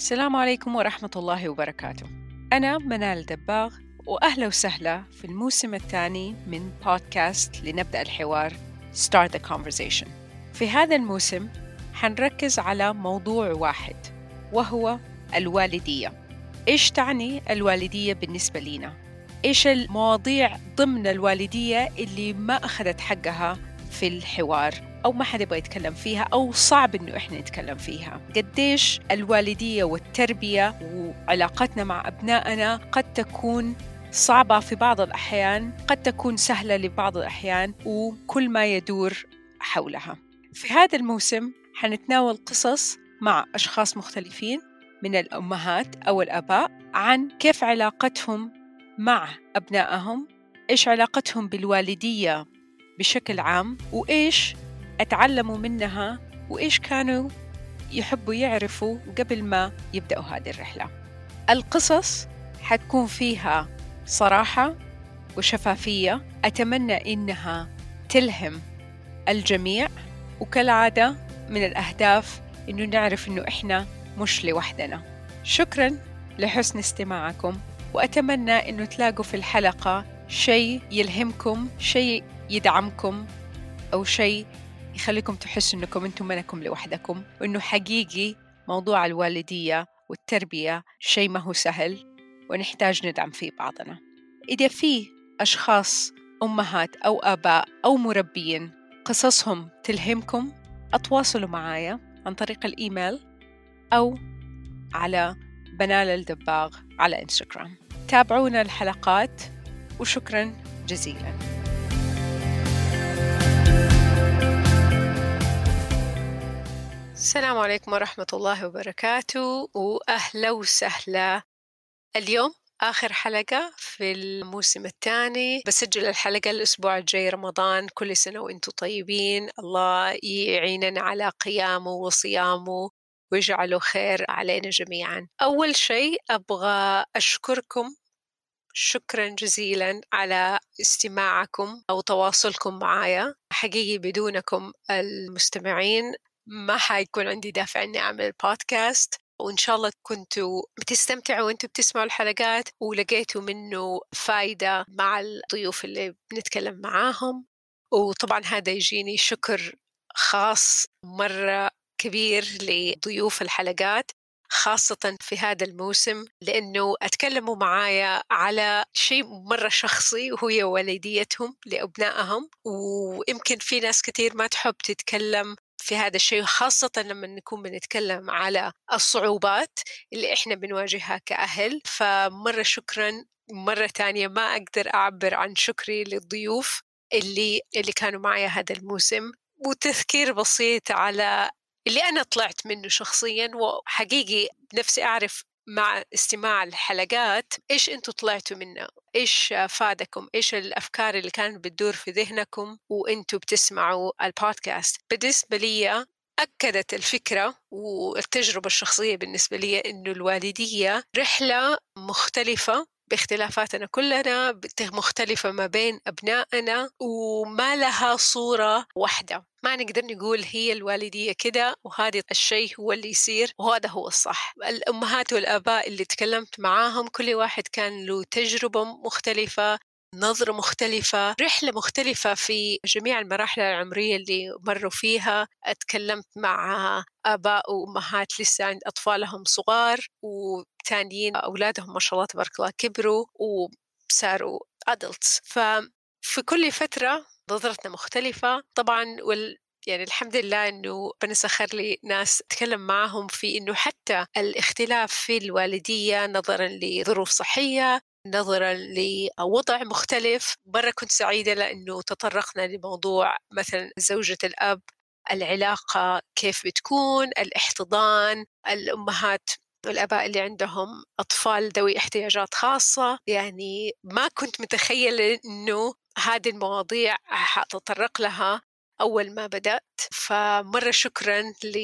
السلام عليكم ورحمة الله وبركاته. أنا منال دباغ، وأهلا وسهلا في الموسم الثاني من بودكاست لنبدأ الحوار Start the Conversation. في هذا الموسم حنركز على موضوع واحد، وهو الوالدية. إيش تعني الوالدية بالنسبة لنا؟ إيش المواضيع ضمن الوالدية اللي ما أخذت حقها في الحوار أو ما حد يبغى يتكلم فيها أو صعب إنه إحنا نتكلم فيها؟ قديش الوالدية والتربية وعلاقتنا مع أبنائنا قد تكون صعبة في بعض الأحيان، قد تكون سهلة لبعض الأحيان، وكل ما يدور حولها. في هذا الموسم حنتناول قصص مع أشخاص مختلفين من الأمهات أو الآباء عن كيف علاقتهم مع أبنائهم، إيش علاقتهم بالوالدية بشكل عام، وإيش أتعلموا منها، وإيش كانوا يحبوا يعرفوا قبل ما يبدأوا هذه الرحلة. القصص حتكون فيها صراحة وشفافية، أتمنى إنها تلهم الجميع، وكالعادة من الأهداف إنه نعرف إنه إحنا مش لوحدنا. شكراً لحسن استماعكم، وأتمنى إنه تلاقوا في الحلقة شيء يلهمكم، شيء يدعمكم، أو شيء يخليكم تحسوا إنكم أنتم منكم لوحدكم، وإنه حقيقي موضوع الوالدية والتربية شيء ما هو سهل، ونحتاج ندعم فيه بعضنا. إذا في أشخاص أمهات أو آباء أو مربيين قصصهم تلهمكم، أتواصلوا معايا عن طريق الإيميل أو على بنال الدباغ على إنستغرام. تابعونا الحلقات، وشكراً جزيلاً. السلام عليكم ورحمة الله وبركاته، وأهلا وسهلا. اليوم آخر حلقة في الموسم الثاني، بسجل الحلقة الأسبوع الجاي رمضان. كل سنة وإنتم طيبين، الله يعيننا على قيامه وصيامه ويجعله خير علينا جميعا. أول شيء أبغى أشكركم شكرا جزيلا على استماعكم أو تواصلكم معايا. حقيقي بدونكم المستمعين ما حيكون عندي دافع أني أعمل بودكاست، وإن شاء الله كنتوا بتستمتعوا وإنتوا بتسمعوا الحلقات ولقيتوا منه فايدة مع الضيوف اللي بنتكلم معاهم. وطبعا هذا يجيني شكر خاص مرة كبير لضيوف الحلقات، خاصة في هذا الموسم، لأنه أتكلموا معايا على شيء مرة شخصي وهي والديتهم لأبنائهم. ويمكن في ناس كتير ما تحب تتكلم في هذا الشيء، خاصة لما نكون بنتكلم على الصعوبات اللي إحنا بنواجهها كأهل. فمرة شكرا مرة تانية، ما أقدر أعبر عن شكري للضيوف اللي كانوا معي هذا الموسم. وتذكير بسيط على اللي أنا طلعت منه شخصياً، وحقيقي نفسي أعرف مع استماع الحلقات إيش أنتوا طلعتوا منه، إيش فادكم، إيش الأفكار اللي كانت بتدور في ذهنكم وأنتوا بتسمعوا البودكاست. بالنسبة لي أكدت الفكرة والتجربة الشخصية بالنسبة لي إنه الوالدية رحلة مختلفة باختلافاتنا كلنا، مختلفة ما بين أبنائنا، وما لها صورة واحدة. ما نقدر نقول هي الوالدية كده وهذا الشيء هو اللي يصير وهذا هو الصح. الأمهات والآباء اللي تكلمت معاهم كل واحد كان له تجربة مختلفة، نظرة مختلفة، رحلة مختلفة في جميع المراحل العمرية اللي مروا فيها. أتكلمت مع آباء وأمهات لسه عند أطفالهم صغار، وتانيين أولادهم ما شاء الله تبارك الله كبروا وصاروا adults. ففي كل فترة نظرتنا مختلفة طبعا. يعني الحمد لله إنه بنسخر لي ناس أتكلم معهم في إنه حتى الاختلاف في الوالدية نظرا لظروف صحية، نظرا لوضع مختلف. مرة كنت سعيدة لأنه تطرقنا لموضوع مثلا زوجة الأب، العلاقة كيف بتكون، الاحتضان، الأمهات والآباء اللي عندهم أطفال ذوي احتياجات خاصة. يعني ما كنت متخيلة إنه هذه المواضيع حتطرق لها أول ما بدأت. فمرة شكرا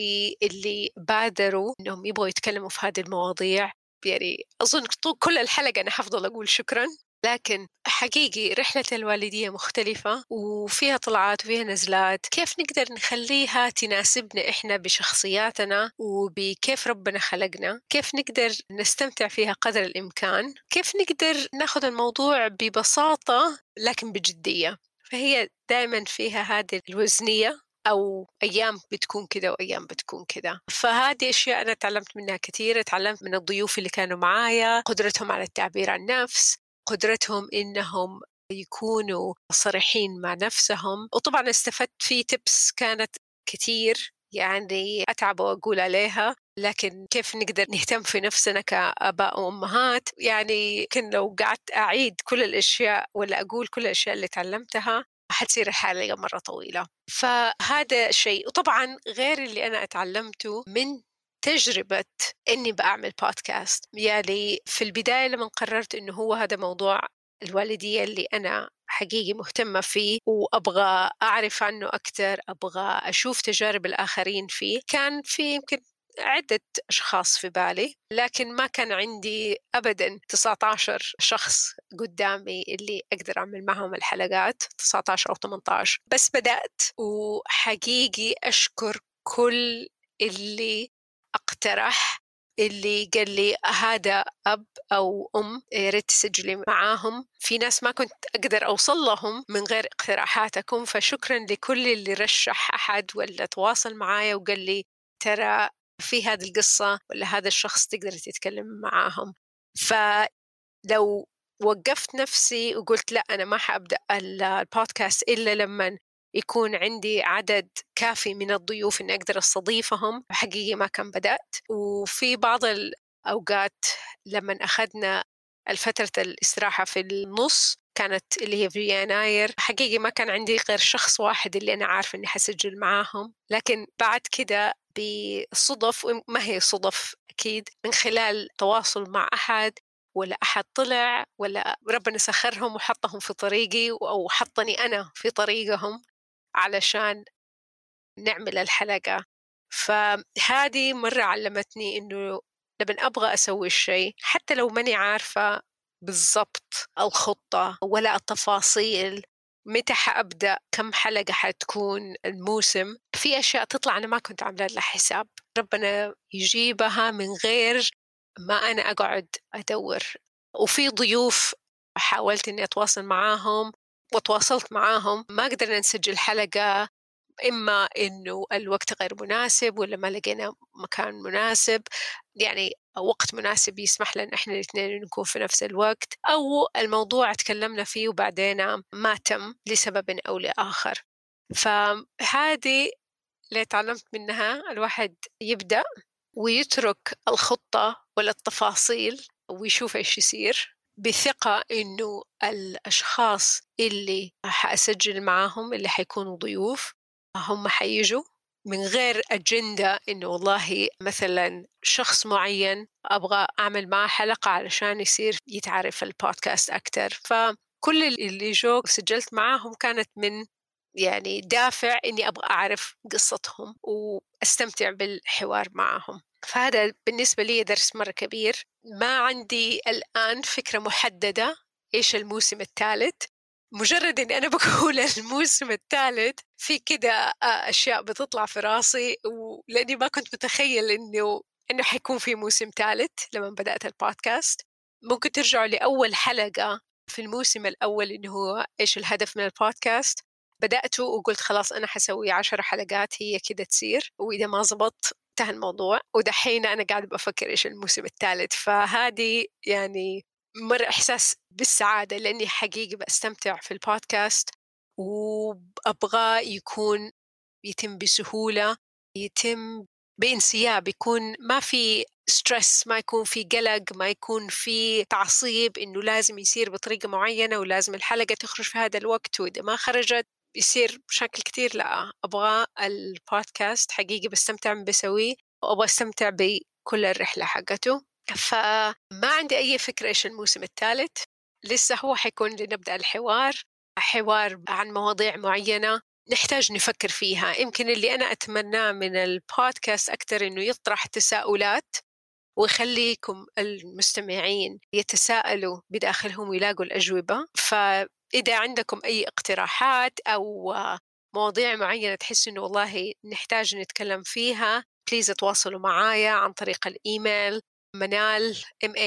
للي بادروا إنهم يبغوا يتكلموا في هذه المواضيع. يعني أظن كل الحلقة أنا حفضل أقول شكرا، لكن حقيقي رحلة الوالدية مختلفة وفيها طلعات وفيها نزلات. كيف نقدر نخليها تناسبنا إحنا بشخصياتنا وبكيف ربنا خلقنا؟ كيف نقدر نستمتع فيها قدر الإمكان؟ كيف نقدر ناخذ الموضوع ببساطة لكن بجدية؟ فهي دائما فيها هذه الوزنية، أو أيام بتكون كده وأيام بتكون كده. فهذه أشياء أنا تعلمت منها كثير. تعلمت من الضيوف اللي كانوا معايا قدرتهم على التعبير عن النفس، قدرتهم إنهم يكونوا صريحين مع نفسهم. وطبعا استفدت في تبس كانت كتير، يعني أتعب وأقول عليها، لكن كيف نقدر نهتم في نفسنا كآباء وأمهات. يعني يمكن لو قعدت أعيد كل الأشياء ولا أقول كل الأشياء اللي تعلمتها حتصير الحلقة مرة طويلة. فهذا شيء. وطبعا غير اللي أنا أتعلمته من تجربة إني بعمل بودكاست. يعني في البداية لما قررت إنه هو هذا موضوع الوالدية اللي أنا حقيقي مهتمة فيه وأبغى أعرف عنه أكتر، أبغى أشوف تجارب الآخرين فيه، كان في يمكن عدة أشخاص في بالي، لكن ما كان عندي أبدا 19 شخص قدامي اللي أقدر أعمل معهم الحلقات، 19 أو 18. بس بدأت، وحقيقي أشكر كل اللي اقترح، اللي قال لي هذا أب أو أم يا ريت تسجلي معاهم. في ناس ما كنت أقدر أوصل لهم من غير اقتراحاتكم، فشكرا لكل اللي رشح أحد ولا تواصل معايا وقال لي ترى في هذه القصة ولا هذا الشخص تقدر تتكلم معاهم. فلو وقفت نفسي وقلت لا أنا ما حأبدأ البودكاست إلا لما يكون عندي عدد كافي من الضيوف إني أقدر أستضيفهم، حقيقي ما كان بدأت. وفي بعض الأوقات لما أخذنا الفترة الاستراحة في النص كانت اللي هي في يناير، حقيقي ما كان عندي غير شخص واحد اللي أنا عارفة إني حسجل معاهم. لكن بعد كده بصدف، وما هي صدف أكيد، من خلال تواصل مع أحد ولا أحد طلع ولا ربنا سخرهم وحطهم في طريقي أو حطني أنا في طريقهم علشان نعمل الحلقة. فهذه مرة علمتني إنه لما أبغى أسوي الشيء حتى لو ماني عارفة بالضبط الخطة ولا التفاصيل، متى حأبدأ، كم حلقة حتكون الموسم، في أشياء تطلع أنا ما كنت عاملة لها حساب، ربنا يجيبها من غير ما أنا أقعد أدور. وفي ضيوف حاولت إني أتواصل معاهم وتواصلت معاهم، ما قدرنا نسجل حلقة، إما إنه الوقت غير مناسب ولا ما لقينا مكان مناسب، يعني وقت مناسب يسمح لنا إحنا الاثنين نكون في نفس الوقت، أو الموضوع تكلمنا فيه وبعدين ما تم لسبب أو لآخر. فهذه اللي تعلمت منها، الواحد يبدأ ويترك الخطة ولا التفاصيل ويشوف إيش يصير بثقة إنه الأشخاص اللي حأسجل معاهم اللي حيكونوا ضيوف هم حيجوا من غير أجندة إنه والله مثلا شخص معين أبغى أعمل معه حلقة علشان يصير يتعرف البودكاست أكتر. فكل اللي جو سجلت معاهم كانت من يعني دافع إني أبغى أعرف قصتهم وأستمتع بالحوار معهم. فهذا بالنسبة لي درس مرة كبير. ما عندي الآن فكرة محددة إيش الموسم الثالث، مجرد إن أنا بقول الموسم الثالث في كده أشياء بتطلع في راسي، ولأني ما كنت متخيل إنه حيكون في موسم ثالث لما بدأت البودكاست. ممكن ترجعوا لأول حلقة في الموسم الأول إنه هو إيش الهدف من البودكاست. بدأته وقلت خلاص أنا حسوي 10 حلقات هي كده تصير، وإذا ما زبط انتهى الموضوع. ودحين أنا قاعدة بفكر إيش الموسم الثالث. فهذه يعني مرة إحساس بالسعادة، لأني حقيقي بستمتع في البودكاست وأبغى يكون يتم بسهولة، يتم بانسياب، يكون ما في ستريس، ما يكون في قلق، ما يكون في تعصيب إنه لازم يصير بطريقة معينة ولازم الحلقة تخرج في هذا الوقت وإذا ما خرجت يصير بشكل كتير. لا، أبغى البودكاست حقيقي بستمتع بسويه وأبغى أستمتع بكل الرحلة حقته. فما عندي أي فكرة إيش الموسم الثالث، لسه هو حيكون لنبدأ الحوار، حوار عن مواضيع معينة نحتاج نفكر فيها. يمكن اللي أنا أتمناه من البودكاست أكتر إنه يطرح تساؤلات ويخليكم المستمعين يتساءلوا بداخلهم ويلاقوا الأجوبة. فإذا عندكم أي اقتراحات أو مواضيع معينة تحسوا إنه والله نحتاج نتكلم فيها، بليز تواصلوا معايا عن طريق الإيميل منال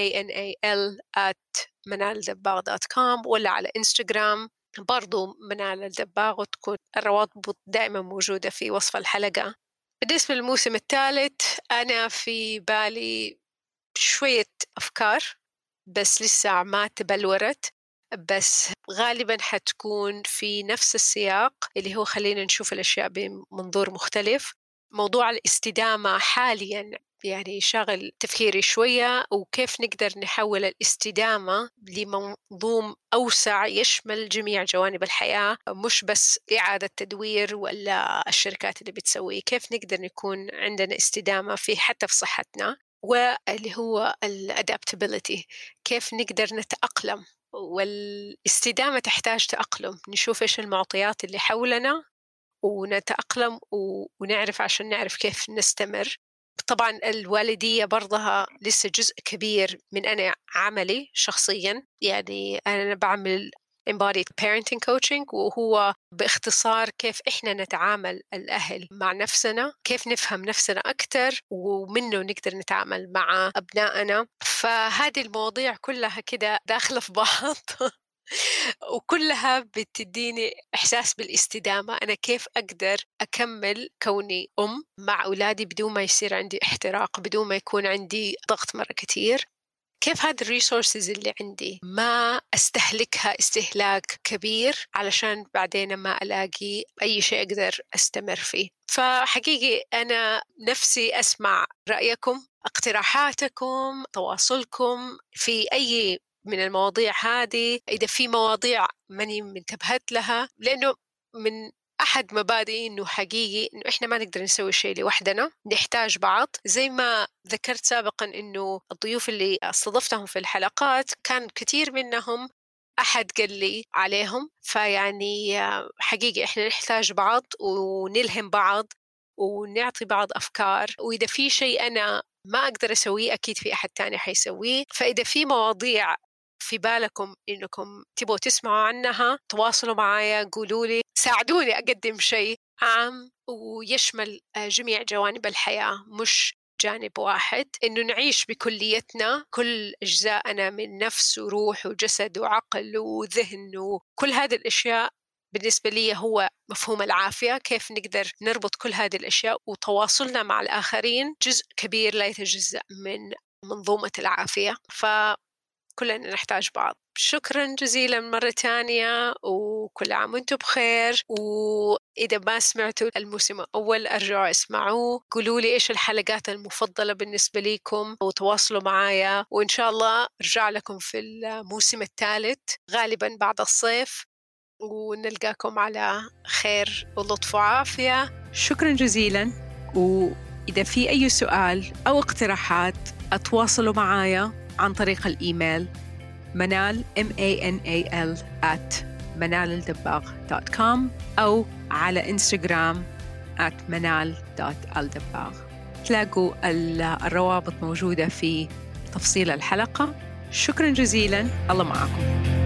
manal@manaldabagh.com، ولا على إنستغرام برضو منال الدباغ، وتكون الروابط دائما موجودة في وصف الحلقة. بالنسبة للموسم الثالث أنا في بالي شوية أفكار بس لسه ما تبلورت، بس غالبا حتكون في نفس السياق اللي هو خلينا نشوف الأشياء بمنظور مختلف. موضوع الاستدامة حاليا يعني شغل تفكيري شوية، وكيف نقدر نحول الاستدامة لمنظوم أوسع يشمل جميع جوانب الحياة، مش بس إعادة تدوير ولا الشركات اللي بتسوي. كيف نقدر نكون عندنا استدامة في حتى في صحتنا، واللي هو الادابتابيليتي، كيف نقدر نتأقلم. والاستدامة تحتاج تأقلم، نشوف إيش المعطيات اللي حولنا ونتأقلم ونعرف عشان نعرف كيف نستمر. طبعا الوالدية برضها لسه جزء كبير من أنا عملي شخصيا، يعني أنا بعمل embodied parenting coaching، وهو باختصار كيف إحنا نتعامل الأهل مع نفسنا، كيف نفهم نفسنا أكتر ومنه نقدر نتعامل مع أبنائنا. فهذه المواضيع كلها كده داخلة في بعض وكلها بتديني إحساس بالاستدامة. أنا كيف أقدر أكمل كوني أم مع أولادي بدون ما يصير عندي احتراق، بدون ما يكون عندي ضغط مرة كتير. كيف هذه الريسورسز اللي عندي ما أستهلكها استهلاك كبير علشان بعدين ما ألاقي أي شيء أقدر أستمر فيه. فحقيقي أنا نفسي أسمع رأيكم، اقتراحاتكم، تواصلكم في أي من المواضيع هذه. إذا في مواضيع ماني منتبهت لها، لأنه من أحد مبادئي إنه حقيقي إنه إحنا ما نقدر نسوي شيء لوحدنا، نحتاج بعض. زي ما ذكرت سابقا إنه الضيوف اللي استضفتهم في الحلقات كان كثير منهم أحد قال لي عليهم، فيعني حقيقي إحنا نحتاج بعض ونلهم بعض ونعطي بعض أفكار. وإذا في شيء أنا ما أقدر أسويه أكيد في أحد تاني حيسويه. فإذا في مواضيع في بالكم إنكم تبغوا تسمعوا عنها، تواصلوا معايا، قولوا لي، ساعدوني أقدم شيء عام ويشمل جميع جوانب الحياة مش جانب واحد، إنه نعيش بكليتنا كل أجزاءنا من نفس وروح وجسد وعقل وذهن وكل هذه الأشياء. بالنسبة لي هو مفهوم العافية، كيف نقدر نربط كل هذه الأشياء، وتواصلنا مع الآخرين جزء كبير لا يتجزأ من منظومة العافية. كلنا نحتاج بعض. شكرا جزيلا مرة تانية، وكل عام وانتم بخير. وإذا ما سمعتوا الموسم الأول أرجعوا اسمعوه، قولوا لي إيش الحلقات المفضلة بالنسبة لكم وتواصلوا معايا، وإن شاء الله أرجع لكم في الموسم الثالث غالبا بعد الصيف، ونلقاكم على خير ولطف وعافية. شكرا جزيلا. وإذا في أي سؤال أو اقتراحات أتواصلوا معايا عن طريق الإيميل منال manal@manaldabagh.com أو على إنستغرام @manal.aldabagh. تلاقوا الروابط موجودة في تفصيل الحلقة. شكرا جزيلا، الله معكم.